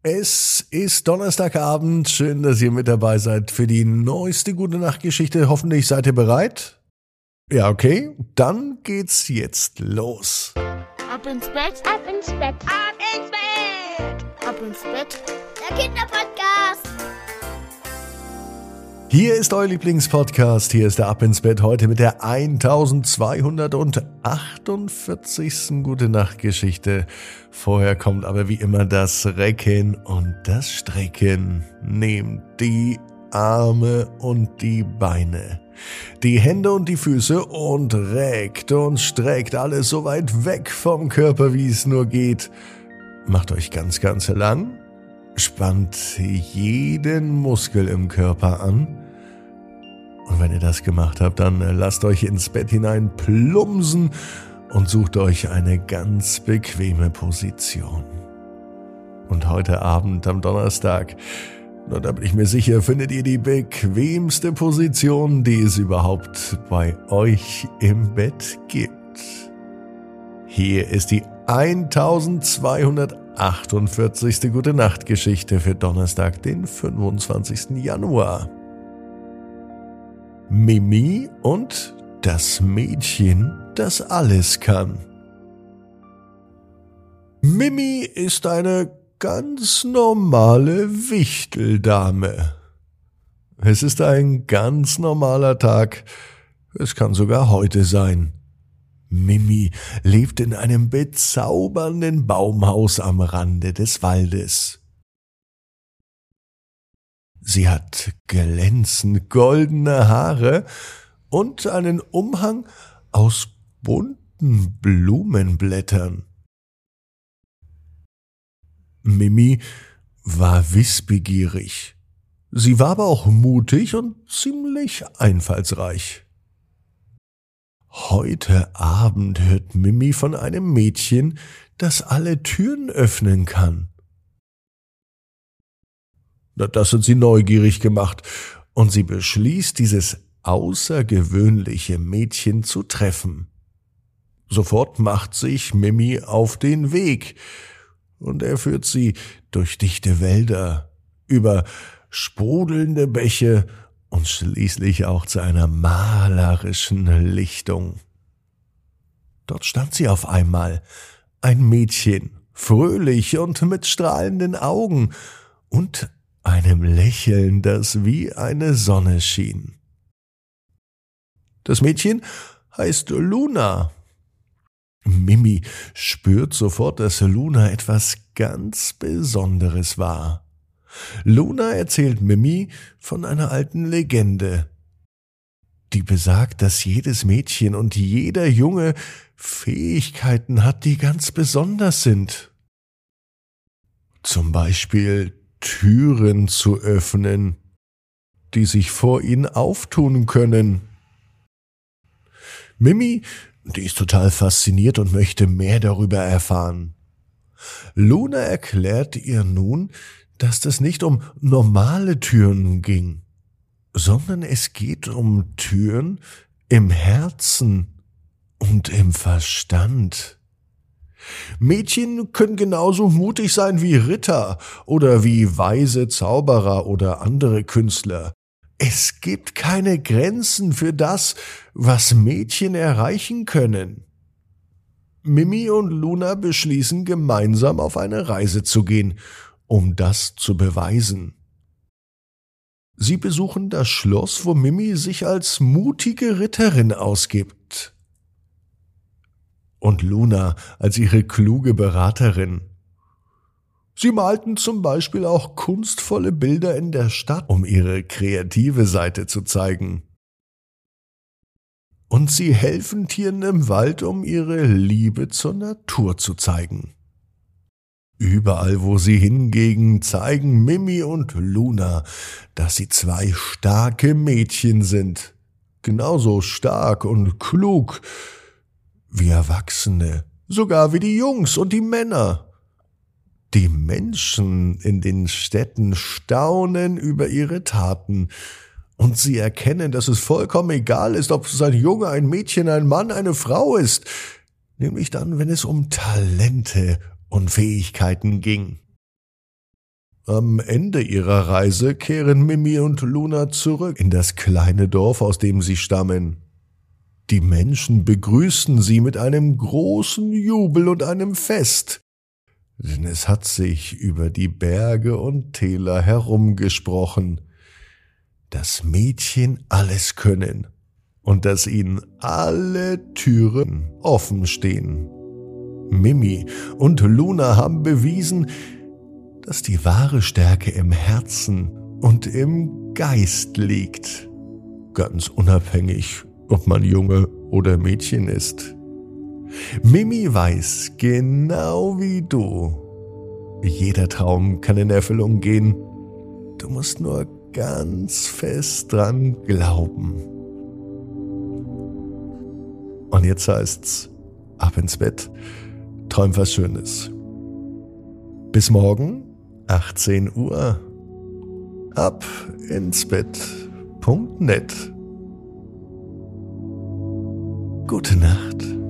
Es ist Donnerstagabend. Schön, dass ihr mit dabei seid für die neueste Gute-Nacht-Geschichte. Hoffentlich seid ihr bereit. Ja, okay. Dann geht's jetzt los. Ab ins Bett, ab ins Bett, ab ins Bett, ab ins Bett. Der Kinderpodcast. Hier ist euer Lieblingspodcast. Hier ist der Ab ins Bett heute mit der 1248. Gute-Nacht-Geschichte. Vorher kommt aber wie immer das Recken und das Strecken. Nehmt die Arme und die Beine, die Hände und die Füße und reckt und streckt alles so weit weg vom Körper, wie es nur geht. Macht euch ganz, ganz lang. Spannt jeden Muskel im Körper an. Und wenn ihr das gemacht habt, dann lasst euch ins Bett hinein plumpsen und sucht euch eine ganz bequeme Position. Und heute Abend am Donnerstag, nur da bin ich mir sicher, findet ihr die bequemste Position, die es überhaupt bei euch im Bett gibt. Hier ist die 1248. Gute-Nacht-Geschichte für Donnerstag, den 25. Januar. Mimi und das Mädchen, das alles kann. Mimi ist eine ganz normale Wichteldame. Es ist ein ganz normaler Tag. Es kann sogar heute sein. Mimi lebt in einem bezaubernden Baumhaus am Rande des Waldes. Sie hat glänzend goldene Haare und einen Umhang aus bunten Blumenblättern. Mimi war wissbegierig. Sie war aber auch mutig und ziemlich einfallsreich. Heute Abend hört Mimi von einem Mädchen, das alle Türen öffnen kann. Das hat sie neugierig gemacht und sie beschließt, dieses außergewöhnliche Mädchen zu treffen. Sofort macht sich Mimi auf den Weg und er führt sie durch dichte Wälder, über sprudelnde Bäche und schließlich auch zu einer malerischen Lichtung. Dort stand sie auf einmal, ein Mädchen, fröhlich und mit strahlenden Augen und einem Lächeln, das wie eine Sonne schien. Das Mädchen heißt Luna. Mimi spürt sofort, dass Luna etwas ganz Besonderes war. Luna erzählt Mimi von einer alten Legende, die besagt, dass jedes Mädchen und jeder Junge Fähigkeiten hat, die ganz besonders sind. Zum Beispiel Türen zu öffnen, die sich vor ihnen auftun können. Mimi, die ist total fasziniert und möchte mehr darüber erfahren. Luna erklärt ihr nun, dass das nicht um normale Türen ging, sondern es geht um Türen im Herzen und im Verstand. Mädchen können genauso mutig sein wie Ritter oder wie weise Zauberer oder andere Künstler. Es gibt keine Grenzen für das, was Mädchen erreichen können. Mimi und Luna beschließen, gemeinsam auf eine Reise zu gehen, um das zu beweisen. Sie besuchen das Schloss, wo Mimi sich als mutige Ritterin ausgibt. Und Luna als ihre kluge Beraterin. Sie malten zum Beispiel auch kunstvolle Bilder in der Stadt, um ihre kreative Seite zu zeigen. Und sie helfen Tieren im Wald, um ihre Liebe zur Natur zu zeigen. Überall, wo sie hingehen, zeigen Mimi und Luna, dass sie zwei starke Mädchen sind. Genauso stark und klug wie Erwachsene, sogar wie die Jungs und die Männer. Die Menschen in den Städten staunen über ihre Taten und sie erkennen, dass es vollkommen egal ist, ob es ein Junge, ein Mädchen, ein Mann, eine Frau ist, nämlich dann, wenn es um Talente und Fähigkeiten ging. Am Ende ihrer Reise kehren Mimi und Luna zurück in das kleine Dorf, aus dem sie stammen. Die Menschen begrüßen sie mit einem großen Jubel und einem Fest, denn es hat sich über die Berge und Täler herumgesprochen, dass Mädchen alles können und dass ihnen alle Türen offen stehen. Mimi und Luna haben bewiesen, dass die wahre Stärke im Herzen und im Geist liegt, ganz unabhängig, ob man Junge oder Mädchen ist. Mimi weiß, genau wie du, jeder Traum kann in Erfüllung gehen. Du musst nur ganz fest dran glauben. Und jetzt heißt's, ab ins Bett, träum was Schönes. Bis morgen, 18 Uhr. Ab ins Bett.net. Gute Nacht.